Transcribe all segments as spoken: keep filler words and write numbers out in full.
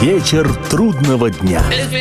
Вечер трудного дня.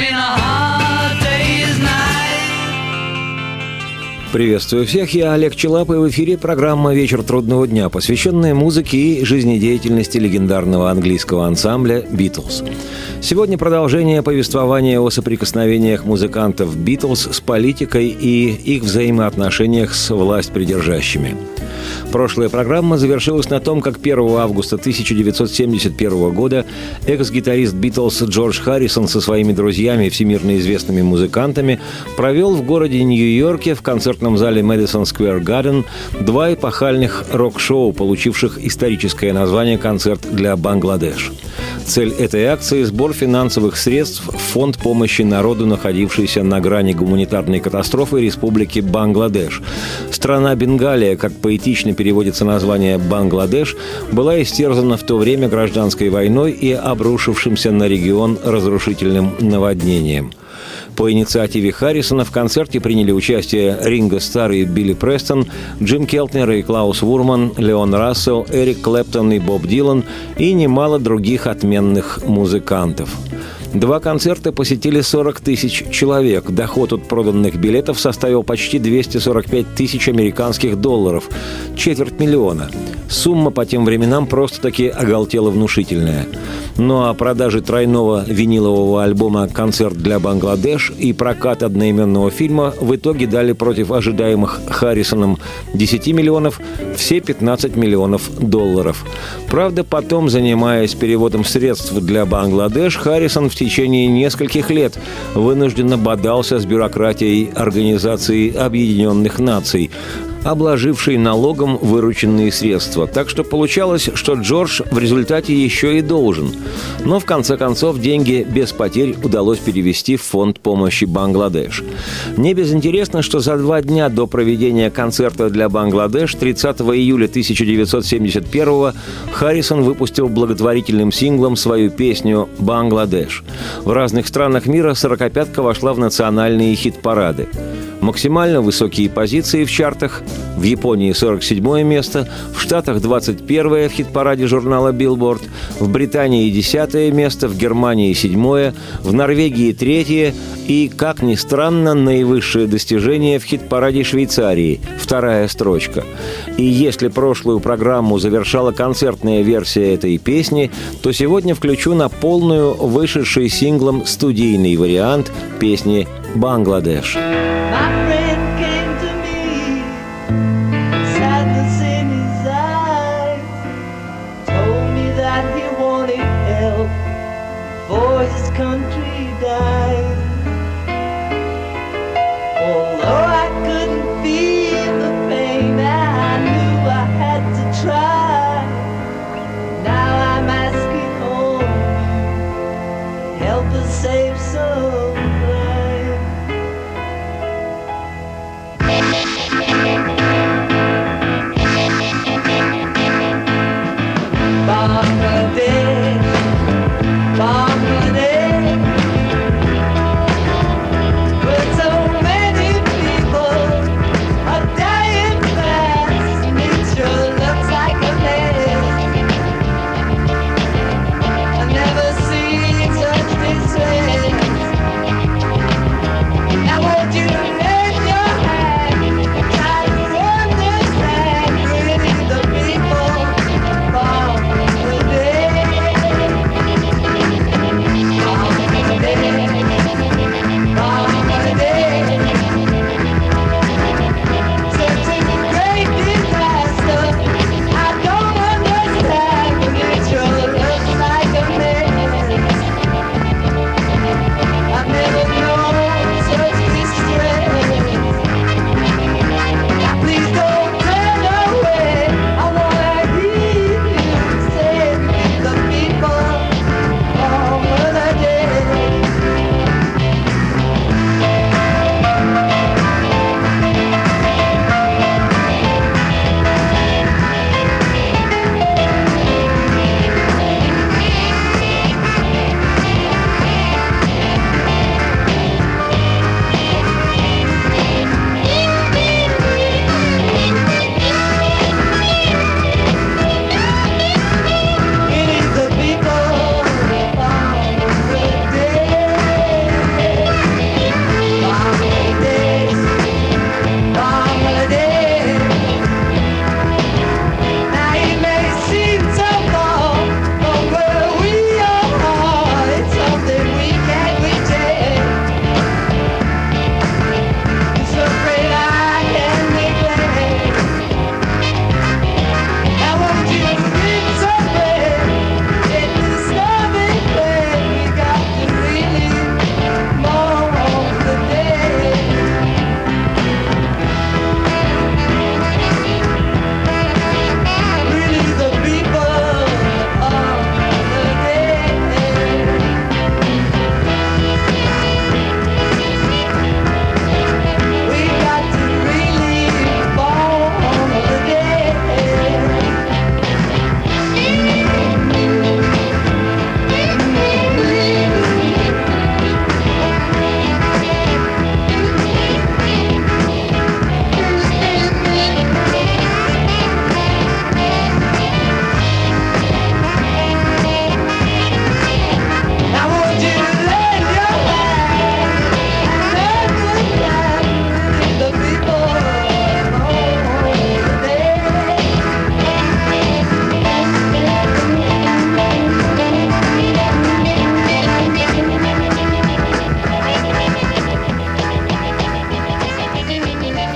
Приветствую всех, я Олег Челап, и в эфире программа «Вечер трудного дня», посвященная музыке и жизнедеятельности легендарного английского ансамбля «Битлз». Сегодня продолжение повествования о соприкосновениях музыкантов «Битлз» с политикой и их взаимоотношениях с властьпридержащими. Прошлая программа завершилась на том, как первого августа тысяча девятьсот семьдесят первого года экс-гитарист «Битлз» Джордж Харрисон со своими друзьями, всемирно известными музыкантами, провел в городе Нью-Йорке в концертном зале Madison Square Garden два эпохальных рок-шоу, получивших историческое название «Концерт для Бангладеш». Цель этой акции – сбор финансовых средств в фонд помощи народу, находившейся на грани гуманитарной катастрофы Республики Бангладеш. Страна Бенгалия, как поэтично переводится название Бангладеш, была истерзана в то время гражданской войной и обрушившимся на регион разрушительным наводнением. По инициативе Харрисона в концерте приняли участие Ринго Старр и Билли Престон, Джим Келтнер и Клаус Вурман, Леон Рассел, Эрик Клэптон и Боб Дилан и немало других отменных музыкантов. Два концерта посетили сорок тысяч человек. Доход от проданных билетов составил почти двести сорок пять тысяч американских долларов. Четверть миллиона. Сумма по тем временам просто-таки оголтела внушительная. Ну а продажи тройного винилового альбома «Концерт для Бангладеш» и прокат одноименного фильма в итоге дали против ожидаемых Харрисоном десяти миллионов все пятнадцать миллионов долларов. Правда, потом, занимаясь переводом средств для Бангладеш, Харрисон в течение нескольких лет вынужденно бодался с бюрократией Организации Объединенных Наций, обложившей налогом вырученные средства. Так что получалось, что Джордж в результате еще и должен. Но в конце концов деньги без потерь удалось перевести в фонд помощи Бангладеш. Не безинтересно, что за два дня до проведения концерта для Бангладеш, тридцатого июля тысяча девятьсот семьдесят первого, Харрисон выпустил благотворительным синглом свою песню «Бангладеш». В разных странах мира сорокопятка вошла в национальные хит-парады. Максимально высокие позиции в чартах: в Японии сорок седьмое место, в Штатах двадцать первое в хит-параде журнала Billboard, в Британии десятое место, в Германии седьмое, в Норвегии третье и, как ни странно, наивысшее достижение в хит-параде Швейцарии – вторая строчка. И если прошлую программу завершала концертная версия этой песни, то сегодня включу на полную вышедший синглом студийный вариант песни «Бангладеш». Save some life. Bangladesh, Bangladesh,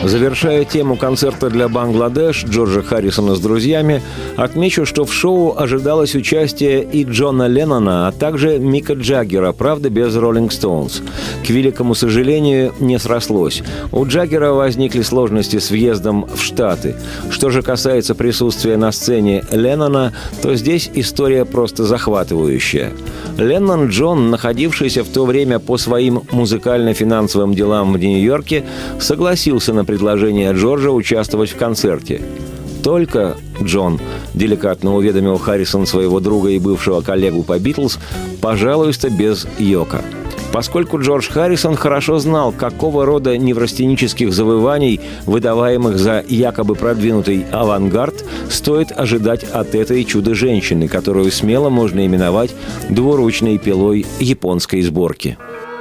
Завершая тему концерта для Бангладеш Джорджа Харрисона с друзьями, отмечу, что в шоу ожидалось участие и Джона Леннона, а также Мика Джаггера, правда, без Роллинг Стоунс. К великому сожалению, не срослось. У Джаггера возникли сложности с въездом в Штаты. Что же касается присутствия на сцене Леннона, то здесь история просто захватывающая. Леннон Джон, находившийся в то время по своим музыкально-финансовым делам в Нью-Йорке, согласился на предложение Джорджа участвовать в концерте. «Только, Джон», – деликатно уведомил Харрисон своего друга и бывшего коллегу по «Битлз», – «пожалуйста, без Йоко». Поскольку Джордж Харрисон хорошо знал, какого рода неврастенических завываний, выдаваемых за якобы продвинутый авангард, стоит ожидать от этой чудо-женщины, которую смело можно именовать двуручной пилой японской сборки.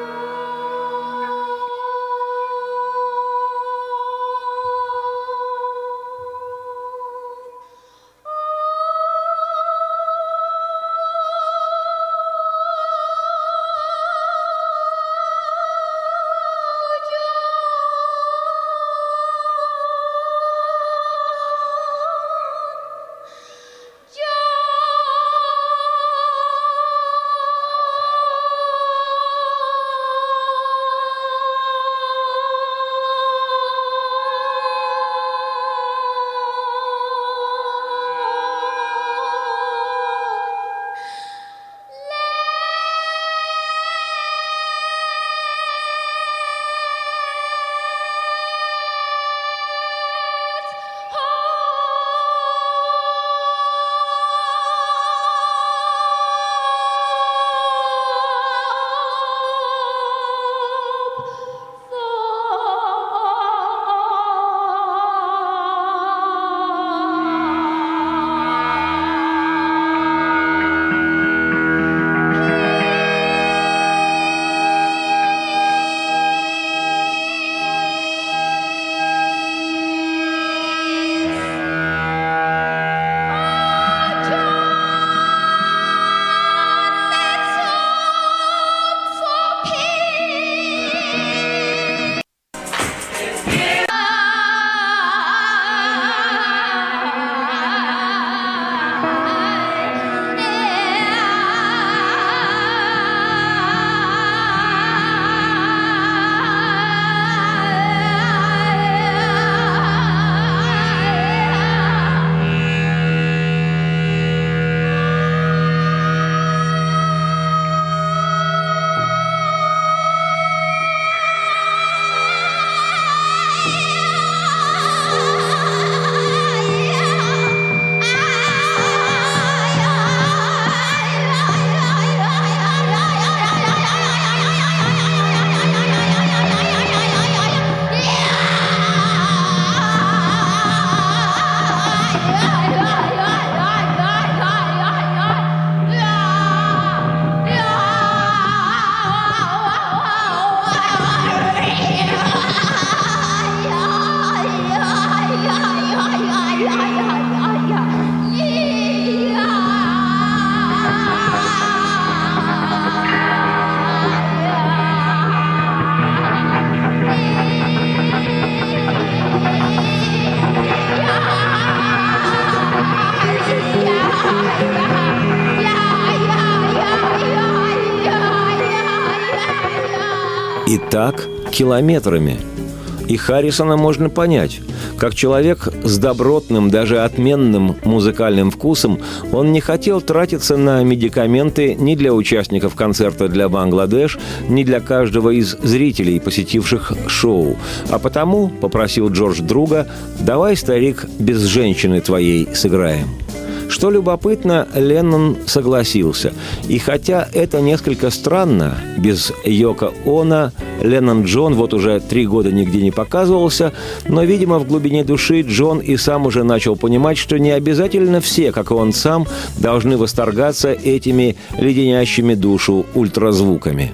И так километрами. И Харрисона можно понять. Как человек с добротным, даже отменным музыкальным вкусом, он не хотел тратиться на медикаменты ни для участников концерта для Бангладеш, ни для каждого из зрителей, посетивших шоу. А потому попросил Джордж друга: «Давай, старик, без женщины твоей сыграем». Что любопытно, Леннон согласился. И хотя это несколько странно, без Йоко Оно Леннон Джон вот уже три года нигде не показывался, но, видимо, в глубине души Джон и сам уже начал понимать, что не обязательно все, как и он сам, должны восторгаться этими леденящими душу ультразвуками.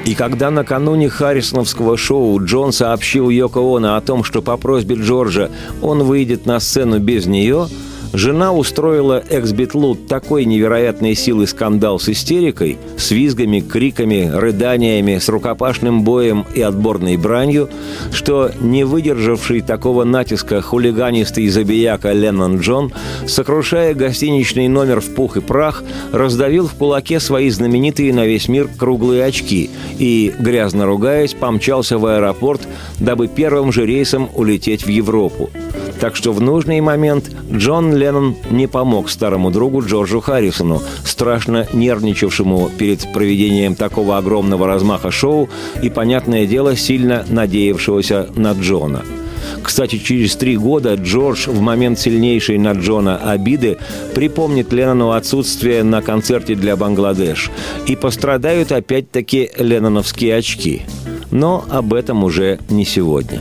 И когда накануне харрисоновского шоу Джон сообщил Йоко Оно о том, что по просьбе Джорджа он выйдет на сцену без нее, жена устроила экс-битлу такой невероятной силы скандал с истерикой, с визгами, криками, рыданиями, с рукопашным боем и отборной бранью, что не выдержавший такого натиска хулиганистый забияка Леннон Джон, сокрушая гостиничный номер в пух и прах, раздавил в кулаке свои знаменитые на весь мир круглые очки и, грязно ругаясь, помчался в аэропорт, дабы первым же рейсом улететь в Европу. Так что в нужный момент Джон Леннон не помог старому другу Джорджу Харрисону, страшно нервничавшему перед проведением такого огромного размаха шоу и, понятное дело, сильно надеявшегося на Джона. Кстати, через три года Джордж в момент сильнейшей на Джона обиды припомнит Леннону отсутствие на концерте для Бангладеш, и пострадают опять-таки ленноновские очки. Но об этом уже не сегодня.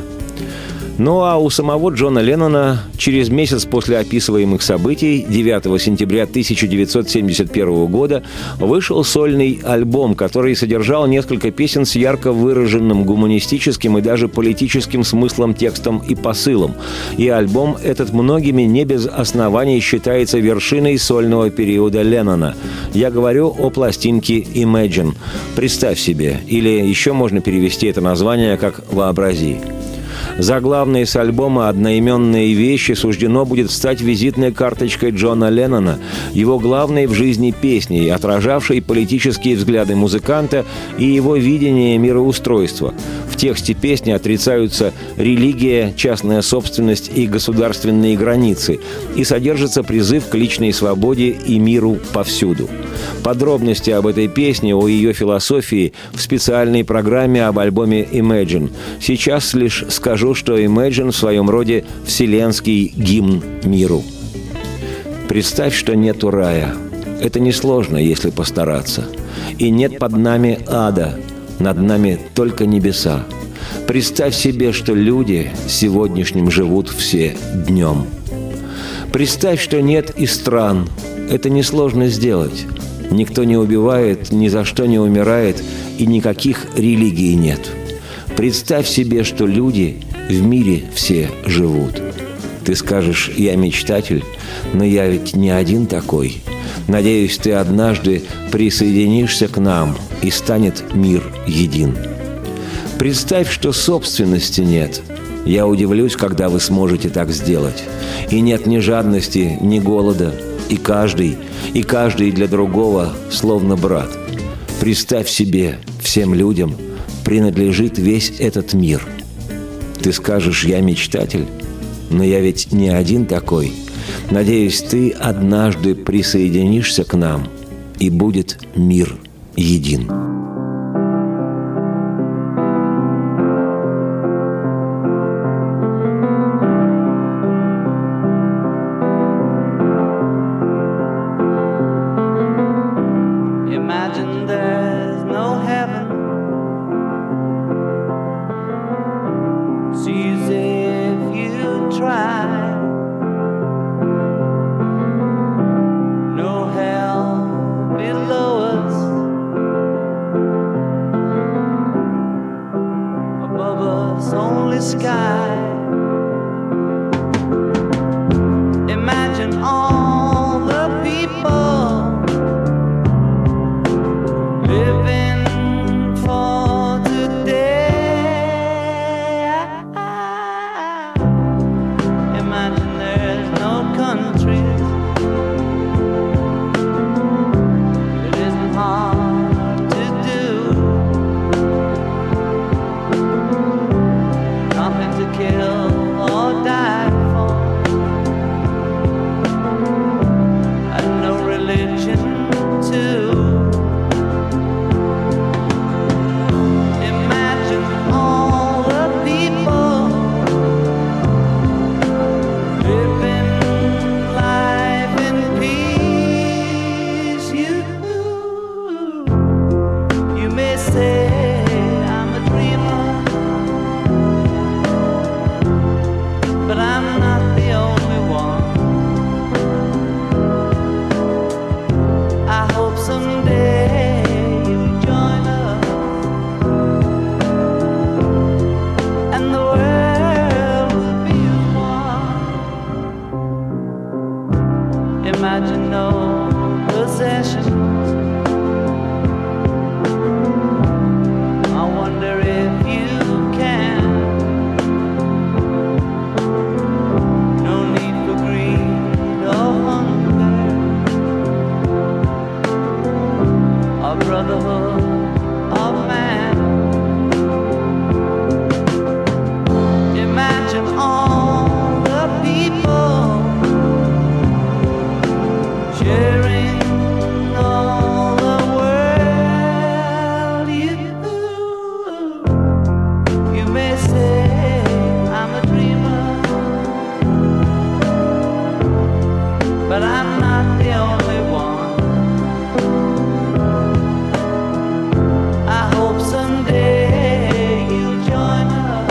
Ну а у самого Джона Леннона через месяц после описываемых событий, девятого сентября тысяча девятьсот семьдесят первого года, вышел сольный альбом, который содержал несколько песен с ярко выраженным гуманистическим и даже политическим смыслом, текстом и посылом. И альбом этот многими не без оснований считается вершиной сольного периода Леннона. Я говорю о пластинке «Imagine». Представь себе, или еще можно перевести это название как «Вообрази». Заглавной с альбома «Одноименные вещи» суждено будет стать визитной карточкой Джона Леннона, его главной в жизни песней, отражавшей политические взгляды музыканта и его видение мироустройства. В тексте песни отрицаются религия, частная собственность и государственные границы, и содержится призыв к личной свободе и миру повсюду. Подробности об этой песне, о ее философии в специальной программе об альбоме «Imagine». Сейчас лишь скажу, что «Imagine» в своем роде вселенский гимн миру. Представь, что нету рая. Это несложно, если постараться. И нет под нами ада, над нами только небеса. Представь себе, что люди сегодняшним живут все днем. Представь, что нет и стран. Это несложно сделать. Никто не убивает, ни за что не умирает, и никаких религий нет. Представь себе, что люди в мире все живут. Ты скажешь: я мечтатель, но я ведь не один такой. Надеюсь, ты однажды присоединишься к нам, и станет мир един. Представь, что собственности нет. Я удивлюсь, когда вы сможете так сделать. И нет ни жадности, ни голода. И каждый, и каждый для другого словно брат. Представь себе, всем людям принадлежит весь этот мир. Ты скажешь: я мечтатель, но я ведь не один такой. Надеюсь, ты однажды присоединишься к нам, и будет мир един. Imagine there's no heaven. It's easy if you try. No hell below us. Above us only sky. Imagine all the people living for today. Imagine there's no countries. It isn't hard to do. Nothing to brotherhood of man. Imagine all the people sharing all the world. You, you may say I'm a dreamer, but I'm not the only one. I hope someday you'll join us,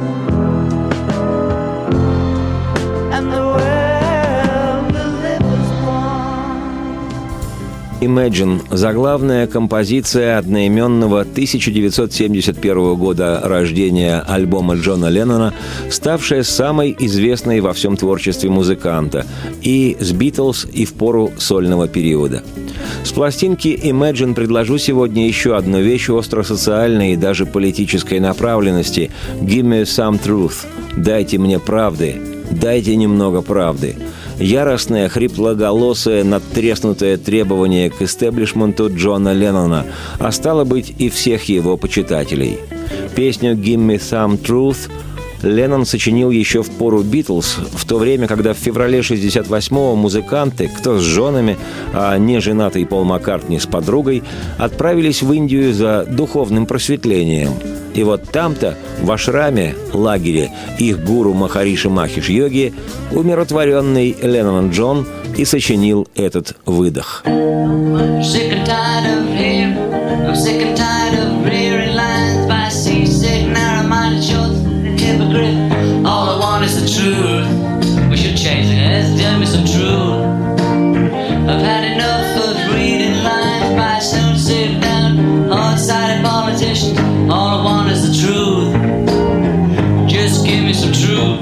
and the world will live as one. Imagine – заглавная композиция одноименного тысяча девятьсот семьдесят первого года рождения альбома Джона Леннона, ставшая самой известной во всем творчестве музыканта и с «Битлз», и в пору сольного периода. С пластинки Imagine предложу сегодня еще одну вещь остросоциальной и даже политической направленности – «Give me some truth» – «Дайте мне правды», «Дайте немного правды». Яростное, хриплоголосое, надтреснутое требование к истеблишменту Джона Леннона, а стало быть и всех его почитателей. Песню «Give me some truth» Леннон сочинил еще в пору «Битлз», в то время, когда в феврале шестьдесят восьмого музыканты, кто с женами, а не женатый Пол Маккартни с подругой, отправились в Индию за духовным просветлением. И вот там-то, в ашраме, лагере, их гуру Махариши Махеш Йоги, умиротворенный Леннон Джон и сочинил этот выдох. Sick and tired of hearing, I'm sick and tired of rearing lines by seasick, narrow-minded, short-sighted hypocrite. All I want is the truth. We should change it. Let's tell me some truth. I've had enough of reading lines by soon sit down, hard-sided politicians. All I want is the truth. Just give me some truth.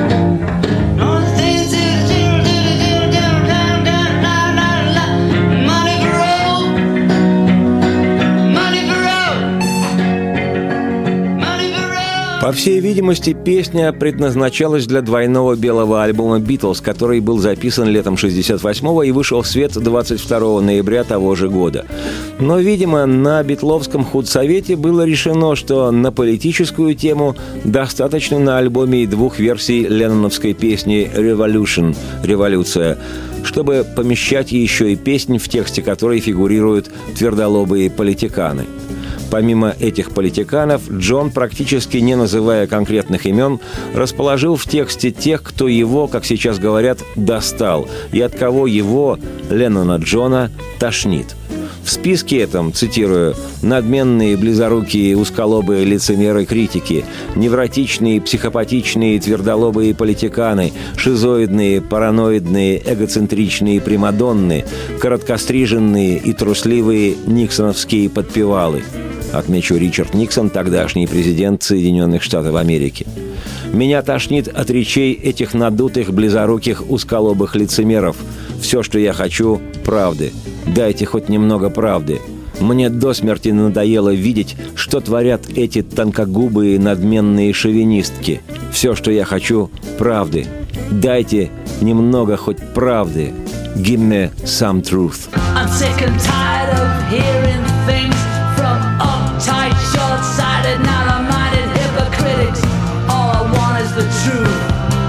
По всей видимости, песня предназначалась для двойного белого альбома «Битлз», который был записан летом шестьдесят восьмого и вышел в свет двадцать второго ноября того же года. Но, видимо, на битловском худсовете было решено, что на политическую тему достаточно на альбоме и двух версий ленноновской песни «Revolution» – «Революция», чтобы помещать еще и песнь, в тексте которой фигурируют твердолобые политиканы. Помимо этих политиканов, Джон, практически не называя конкретных имен, расположил в тексте тех, кто его, как сейчас говорят, достал, и от кого его, Леннона Джона, тошнит. В списке этом, цитирую, «надменные, близорукие, узколобые лицемеры-критики, невротичные, психопатичные, твердолобые политиканы, шизоидные, параноидные, эгоцентричные примадонны, короткостриженные и трусливые никсоновские подпевалы». Отмечу, Ричард Никсон, тогдашний президент Соединенных Штатов Америки. «Меня тошнит от речей этих надутых, близоруких, узколобых лицемеров. Все, что я хочу – правды. Дайте хоть немного правды. Мне до смерти надоело видеть, что творят эти тонкогубые, надменные шовинистки. Все, что я хочу – правды. Дайте немного хоть правды. Give me some truth». I'm sick and tired of hearing things from uptight, short-sighted, narrow-minded hypocritics. All I want is the truth.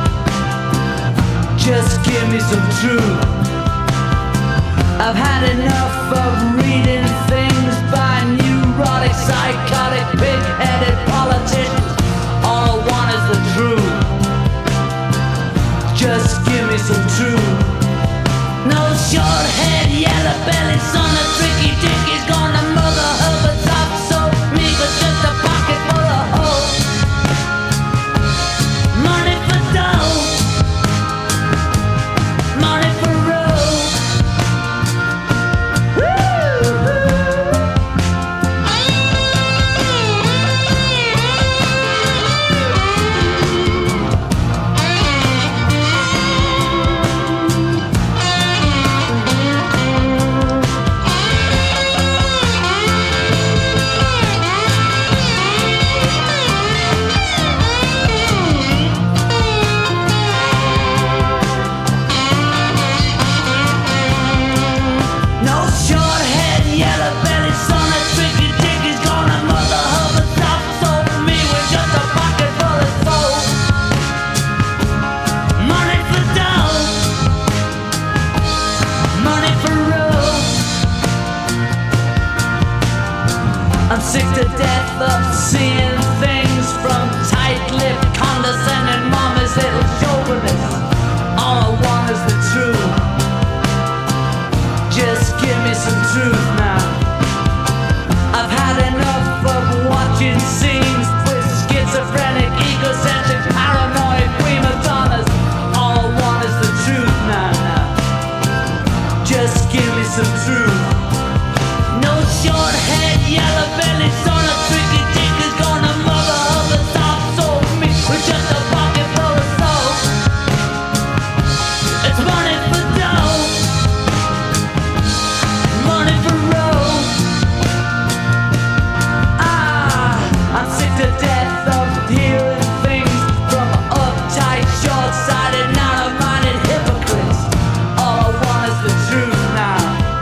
Just give me some truth. I've had enough of reading things by neurotic, psychotic, pig-headed politicians. All I want is the truth. Just give me some truth. No short-haired, yellow-bellied son of I'm sick to death of seeing things from tight-lipped, condescending mama's little chauvinists. All I want is the truth. Just give me some truth now. I've had enough of watching scenes with schizophrenic, egocentric, paranoid prima donnas. All I want is the truth now, now. Just give me some truth. No short head, yellow belly, son of tricky dick is gonna mother of the soft soul me with just a pocket full of soul. It's money for dough, money for road. Ah, I'm sick to death of hearing things from uptight, short-sighted, narrow-minded hypocrites. All I want is the truth now.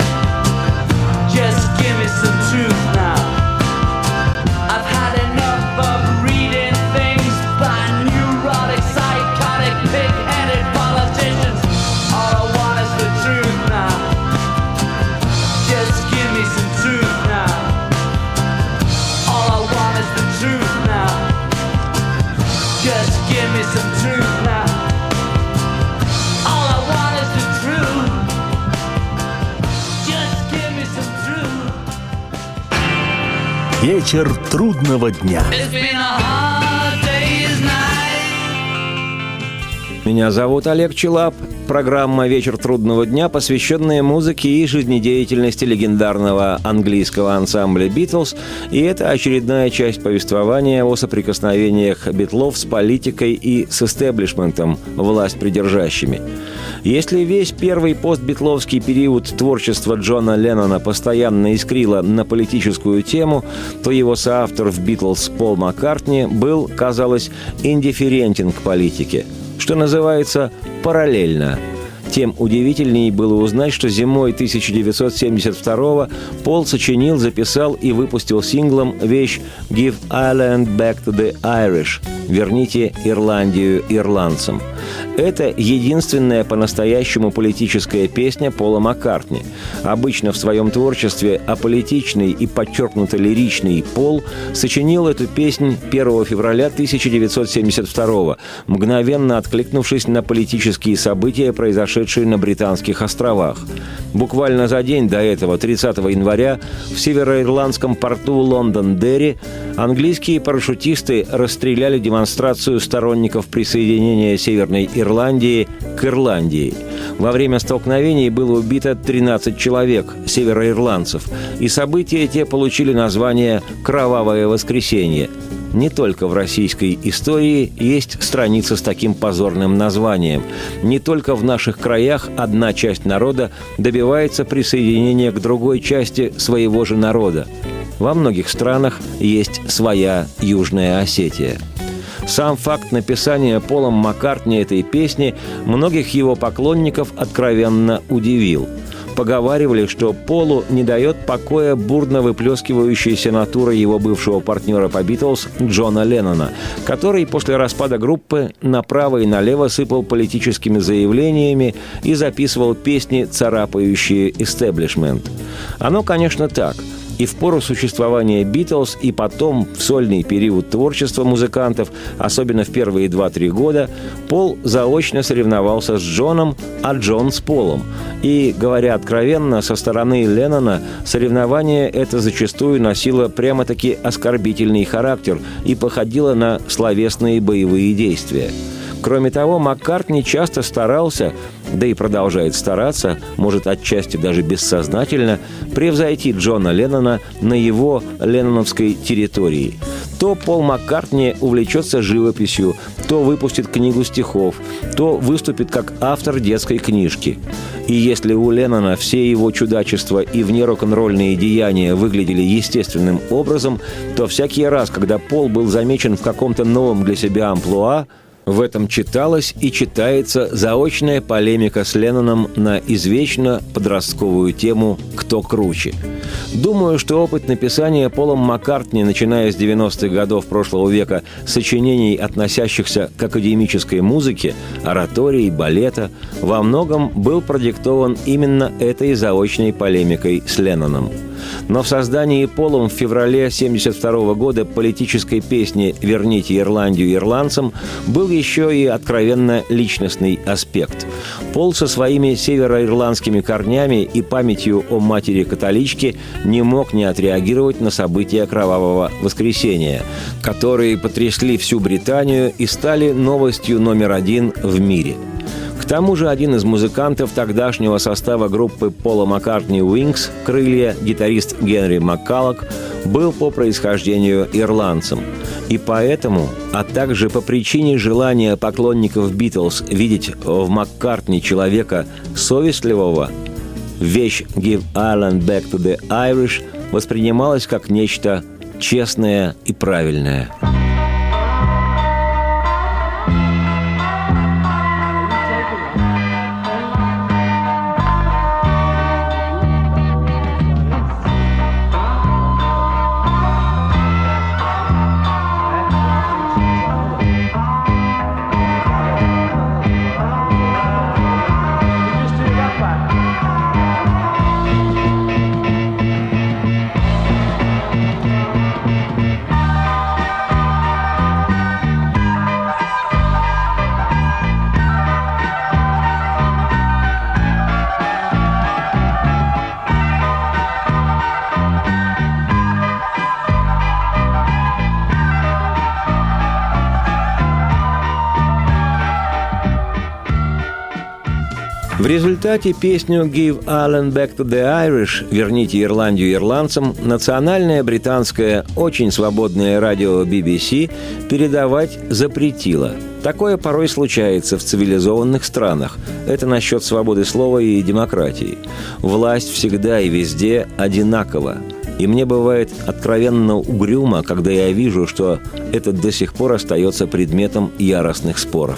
Just give me some truth now. I've had enough of reading things by neurotic, psychotic, pig-headed politicians. All I want is the truth now. Just give me some truth now. All I want is the truth now. Just give me some truth now. All I want is the truth. Just give me some truth. Вечер трудного дня. It's been a hard day's night. Меня зовут Олег Челап. Программа «Вечер трудного дня», посвященная музыке и жизнедеятельности легендарного английского ансамбля «Битлз». И это очередная часть повествования о соприкосновениях Битлов с политикой и с истеблишментом, власть придержащими. Если весь первый постбитловский период творчества Джона Леннона постоянно искрило на политическую тему, то его соавтор в «Битлз» Пол Маккартни был, казалось, индифферентен к политике, что называется параллельно. Тем удивительнее было узнать, что зимой тысяча девятьсот семьдесят второго Пол сочинил, записал и выпустил синглом вещь «Give Ireland Back to the Irish» – «Верните Ирландию ирландцам». Это единственная по-настоящему политическая песня Пола Маккартни. Обычно в своем творчестве аполитичный и подчеркнуто лиричный Пол сочинил эту песнь первого февраля тысяча девятьсот семьдесят второго, мгновенно откликнувшись на политические события, произошедшие на Британских островах. Буквально за день до этого, тридцатого января, в североирландском порту Лондон-Дерри английские парашютисты расстреляли демонстрацию сторонников присоединения Северной Ирландии к Ирландии. Во время столкновений было убито тринадцать человек, североирландцев, и события те получили название «Кровавое воскресенье». Не только в российской истории есть страница с таким позорным названием. Не только в наших краях одна часть народа добивается присоединения к другой части своего же народа. Во многих странах есть своя Южная Осетия. Сам факт написания Полом Маккартни этой песни многих его поклонников откровенно удивил. Поговаривали, что Полу не дает покоя бурно выплескивающаяся натура его бывшего партнера по «Битлз» Джона Леннона, который после распада группы направо и налево сыпал политическими заявлениями и записывал песни, царапающие истеблишмент. Оно, конечно, так. И в пору существования «Битлз», и потом, в сольный период творчества музыкантов, особенно в первые два-три года, Пол заочно соревновался с Джоном, а Джон с Полом. И, говоря откровенно, со стороны Леннона соревнование это зачастую носило прямо-таки оскорбительный характер и походило на словесные боевые действия. Кроме того, Маккартни часто старался, да и продолжает стараться, может, отчасти даже бессознательно, превзойти Джона Леннона на его ленноновской территории. То Пол Маккартни увлечется живописью, то выпустит книгу стихов, то выступит как автор детской книжки. И если у Леннона все его чудачества и вне рок-н-ролльные деяния выглядели естественным образом, то всякий раз, когда Пол был замечен в каком-то новом для себя амплуа, в этом читалась и читается заочная полемика с Ленноном на извечно подростковую тему «Кто круче?». Думаю, что опыт написания Полом Маккартни, начиная с девяностых годов прошлого века, сочинений, относящихся к академической музыке, оратории, балета, во многом был продиктован именно этой заочной полемикой с Ленноном. Но в создании Полом в феврале тысяча девятьсот семьдесят второго года политической песни «Верните Ирландию ирландцам» был еще и откровенно личностный аспект. Пол со своими североирландскими корнями и памятью о матери-католичке не мог не отреагировать на события Кровавого воскресенья, которые потрясли всю Британию и стали новостью номер один в мире. К тому же один из музыкантов тогдашнего состава группы Пола Маккартни «Wings» «Крылья», гитарист Генри Маккаллок, был по происхождению ирландцем. И поэтому, а также по причине желания поклонников «Битлз» видеть в Маккартни человека совестливого, вещь «Give Ireland back to the Irish» воспринималась как нечто честное и правильное. В результате песню «Give Ireland back to the Irish» «Верните Ирландию ирландцам» национальное британское, очень свободное радио би би си передавать запретило. Такое порой случается в цивилизованных странах. Это насчет свободы слова и демократии. Власть всегда и везде одинакова. И мне бывает откровенно угрюмо, когда я вижу, что это до сих пор остается предметом яростных споров.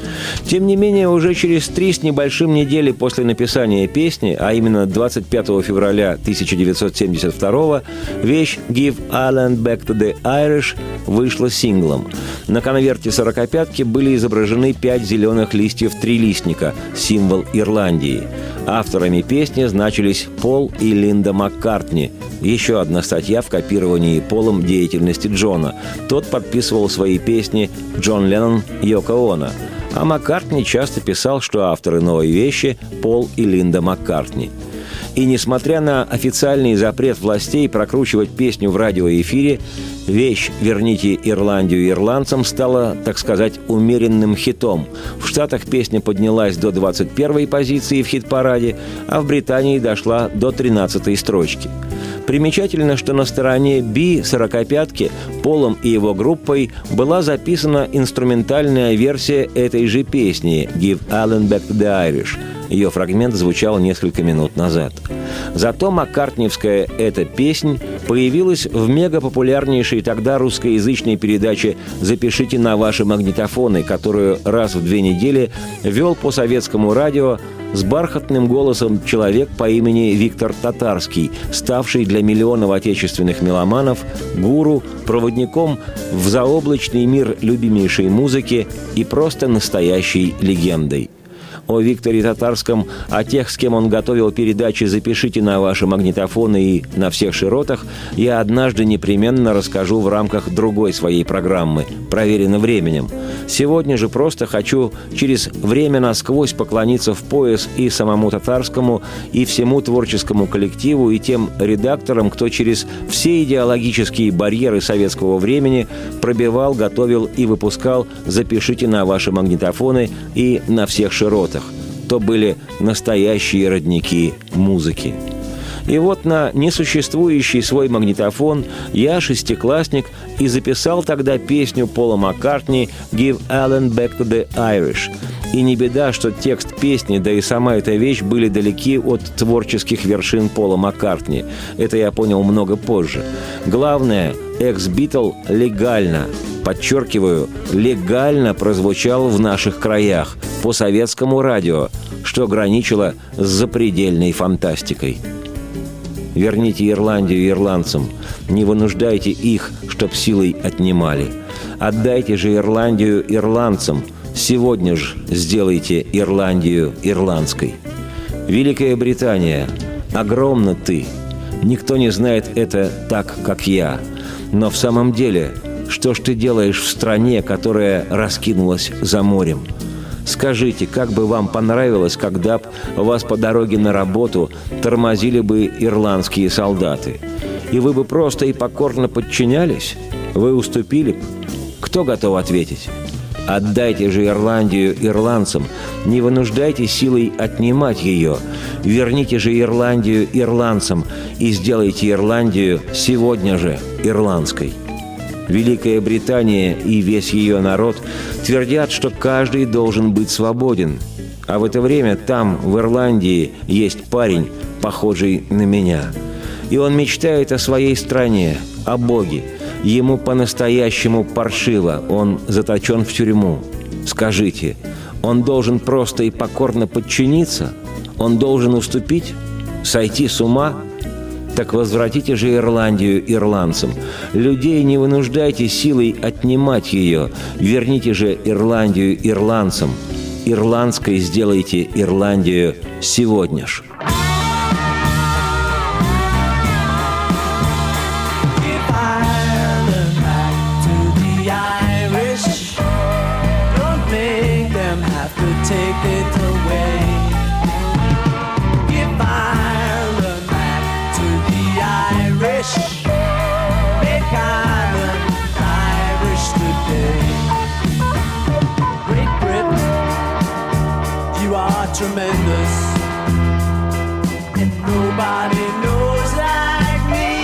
Тем не менее, уже через три с небольшим недели после написания песни, а именно двадцать пятого февраля тысяча девятьсот семьдесят второго, вещь «Give Ireland back to the Irish» вышла синглом. На конверте сорокопятки были изображены пять зеленых листьев трилистника, символ Ирландии. Авторами песни значились Пол и Линда Маккартни. Еще одна статья в копировании Полом деятельности Джона. Тот подписывал свои песни Джон Леннон, Йоко Оно. А Маккартни часто писал, что авторы новой вещи – Пол и Линда Маккартни. И несмотря на официальный запрет властей прокручивать песню в радиоэфире, вещь «Верните Ирландию ирландцам» стала, так сказать, умеренным хитом. В Штатах песня поднялась до двадцать первой позиции в хит-параде, а в Британии дошла до тринадцатой строчки. Примечательно, что на стороне «Би» сорокопятки Полом и его группой была записана инструментальная версия этой же песни «Give Ireland back to the Irish». Ее фрагмент звучал несколько минут назад. Зато маккартниевская «Эта песнь» появилась в мегапопулярнейшей тогда русскоязычной передаче «Запишите на ваши магнитофоны», которую раз в две недели вел по советскому радио с бархатным голосом человек по имени Виктор Татарский, ставший для миллионов отечественных меломанов гуру, проводником в заоблачный мир любимейшей музыки и просто настоящей легендой. О Викторе Татарском, о тех, с кем он готовил передачи «Запишите на ваши магнитофоны» и «На всех широтах», я однажды непременно расскажу в рамках другой своей программы «Проверено временем». Сегодня же просто хочу через время насквозь поклониться в пояс и самому Татарскому, и всему творческому коллективу, и тем редакторам, кто через все идеологические барьеры советского времени пробивал, готовил и выпускал «Запишите на ваши магнитофоны» и «На всех широтах». То были настоящие родники музыки. И вот на несуществующий свой магнитофон я, шестиклассник, и записал тогда песню Пола Маккартни «Give Ireland back to the Irish». И не беда, что текст песни, да и сама эта вещь были далеки от творческих вершин Пола Маккартни. Это я понял много позже. Главное, экс-Битл легально, подчеркиваю, легально прозвучал в наших краях по советскому радио, что граничило с запредельной фантастикой. Верните Ирландию ирландцам, не вынуждайте их, чтоб силой отнимали. Отдайте же Ирландию ирландцам, сегодня же сделайте Ирландию ирландской. Великая Британия, огромна ты, Никто не знает это так, как я. Но в самом деле, что ж ты делаешь в стране, которая раскинулась за морем? Скажите, как бы вам понравилось, когда б вас по дороге на работу тормозили бы ирландские солдаты? И вы бы просто и покорно подчинялись? Вы уступили бы? Кто готов ответить? Отдайте же Ирландию ирландцам, не вынуждайте силой отнимать ее. Верните же Ирландию ирландцам и сделайте Ирландию сегодня же ирландской. Великая Британия и весь ее народ твердят, что каждый должен быть свободен. А в это время там, в Ирландии, есть парень, похожий на меня. И он мечтает о своей стране, о Боге. Ему по-настоящему паршиво, он заточен в тюрьму. Скажите, он должен просто и покорно подчиниться? Он должен уступить? Сойти с ума? Так возвратите же Ирландию ирландцам. Людей не вынуждайте силой отнимать ее. Верните же Ирландию ирландцам. Ирландской сделайте Ирландию сегодня ж. Take it away. Give Ireland back to the Irish. Make Ireland Irish today. Great Britain, you are tremendous, and nobody knows like me.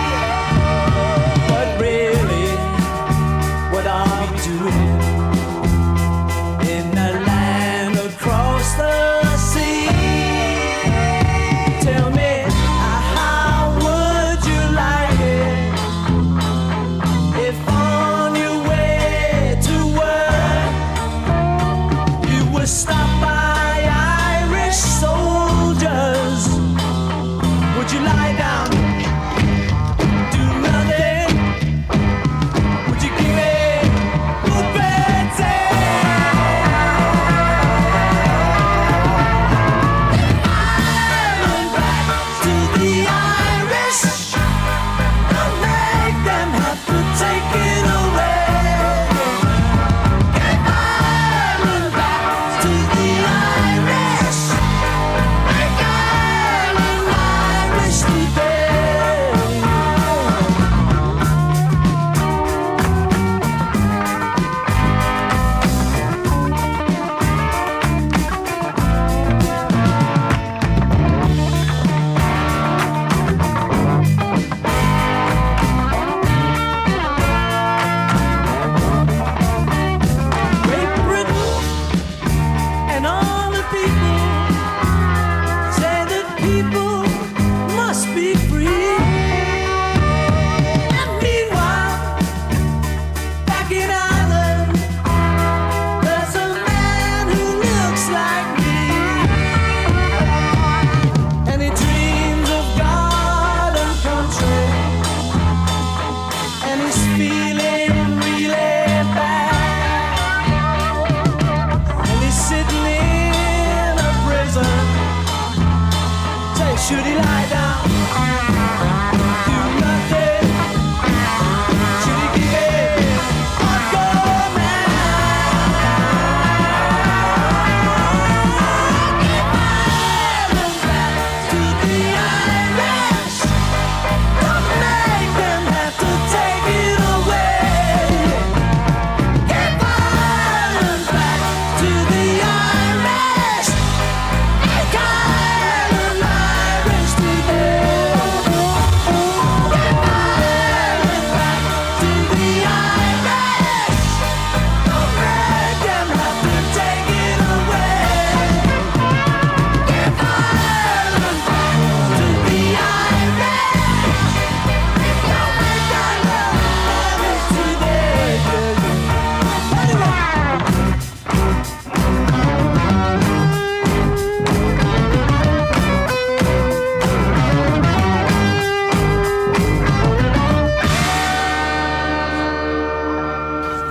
But really, what are we doing in the land across the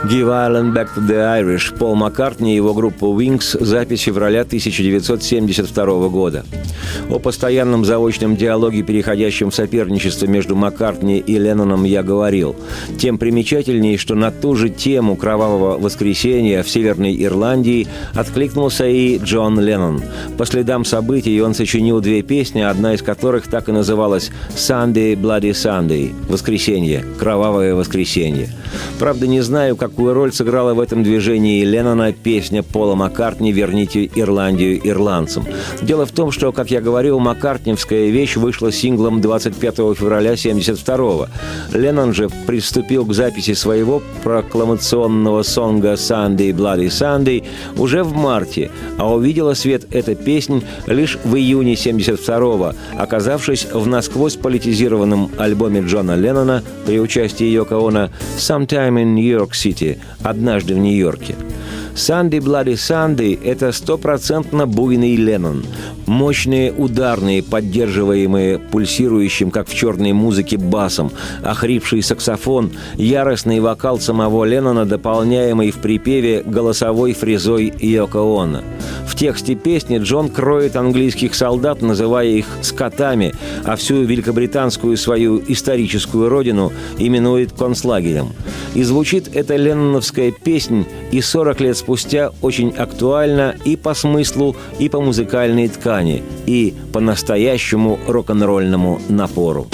«Give Ireland Back to the Irish» Пол Маккартни и его группа Wings, запись февраля тысяча девятьсот семьдесят второго года. О постоянном заочном диалоге, переходящем в соперничество между Маккартни и Ленноном, я говорил. Тем примечательнее, что на ту же тему «Кровавого воскресенья» в Северной Ирландии откликнулся и Джон Леннон. По следам событий он сочинил две песни, одна из которых так и называлась «Sunday, Bloody Sunday» – «Воскресенье», «Кровавое воскресенье». Правда, не знаю, какую роль сыграла в этом движении Леннона песня Пола Маккартни «Верните Ирландию ирландцам». Дело в том, что, как я говорил, маккартневская вещь вышла синглом двадцать пятого февраля семьдесят второго. Леннон же приступил к записи своего прокламационного сонга «Sunday, Bloody Sunday» уже в марте, а увидела свет эта песня лишь в июне семьдесят второго, оказавшись в насквозь политизированном альбоме Джона Леннона при участии Йоко Оно «Sometime in New York City» – «Однажды в Нью-Йорке». «Sunday, Bloody Sunday» – это стопроцентно буйный Леннон. Мощные ударные, поддерживаемые пульсирующим, как в черной музыке, басом, охрипший саксофон, яростный вокал самого Леннона, дополняемый в припеве голосовой фрезой Йоко Оно. В тексте песни Джон кроет английских солдат, называя их «скотами», а всю великобританскую свою историческую родину именует концлагерем. И звучит эта ленноновская песня и сорок лет спустя очень актуальна и по смыслу, и по музыкальной ткани, и по настоящему рок-н-ролльному напору.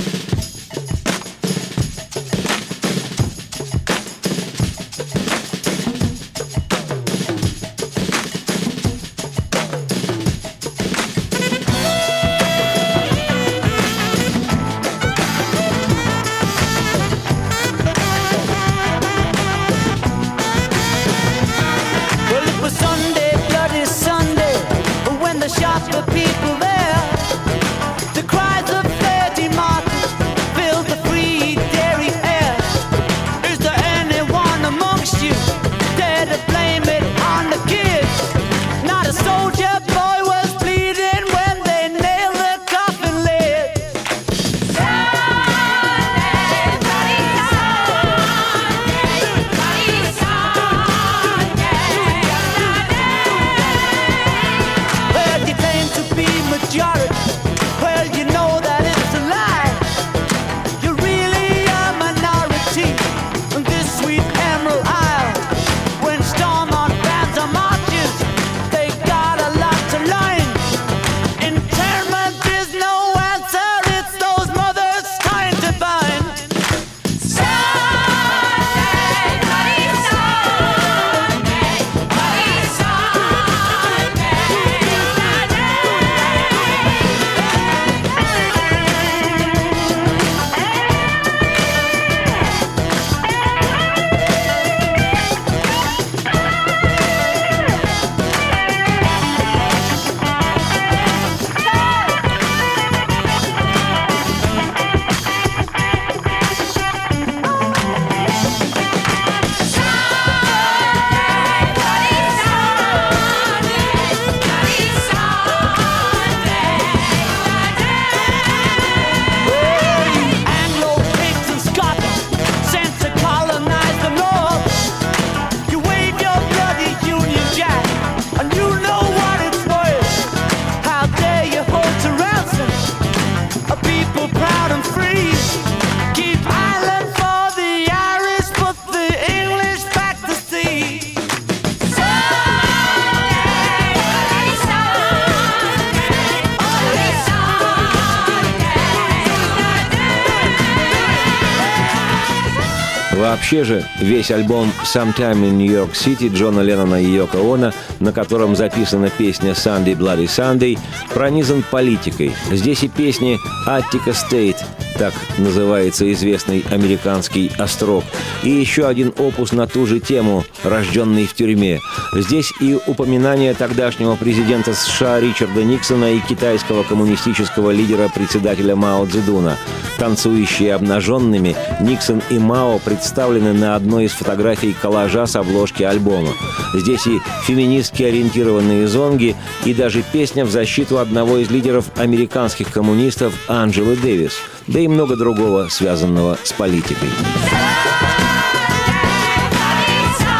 Вообще же, весь альбом «Sometime in New York City» Джона Леннона и Йоко Оно, на котором записана песня «Sunday, Bloody Sunday», пронизан политикой. Здесь и песни «Attica State», так называется известный американский остров, и еще один опус на ту же тему, рожденный в тюрьме. Здесь и упоминание тогдашнего президента США Ричарда Никсона и китайского коммунистического лидера, председателя Мао Цзэдуна. Танцующие обнаженными, Никсон и Мао представлены на одной из фотографий коллажа с обложки альбома. Здесь и феминистски ориентированные зонги, и даже песня в защиту одного из лидеров американских коммунистов Анджелы Дэвис, да и много другого, связанного с политикой. Sunday,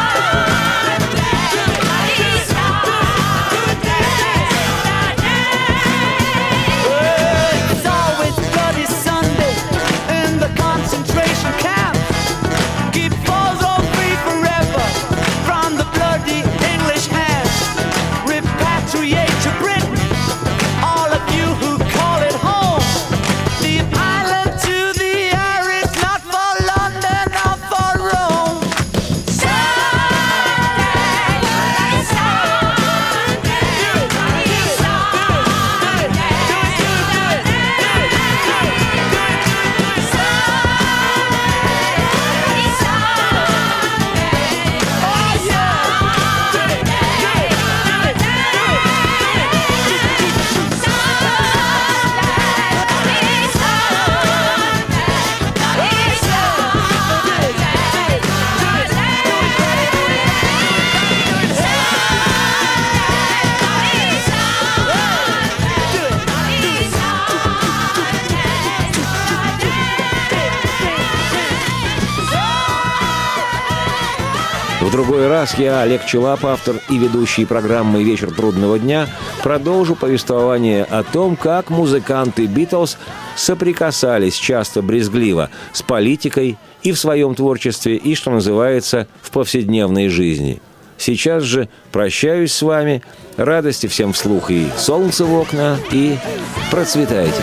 В другой раз я, Олег Челап, автор и ведущий программы «Вечер трудного дня», продолжу повествование о том, как музыканты «Битлз» соприкасались часто брезгливо с политикой и в своем творчестве, и, что называется, в повседневной жизни. Сейчас же прощаюсь с вами. Радости всем вслух и солнце в окна, и процветайте!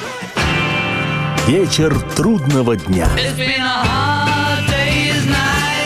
Вечер трудного дня. It's been a hard day's night.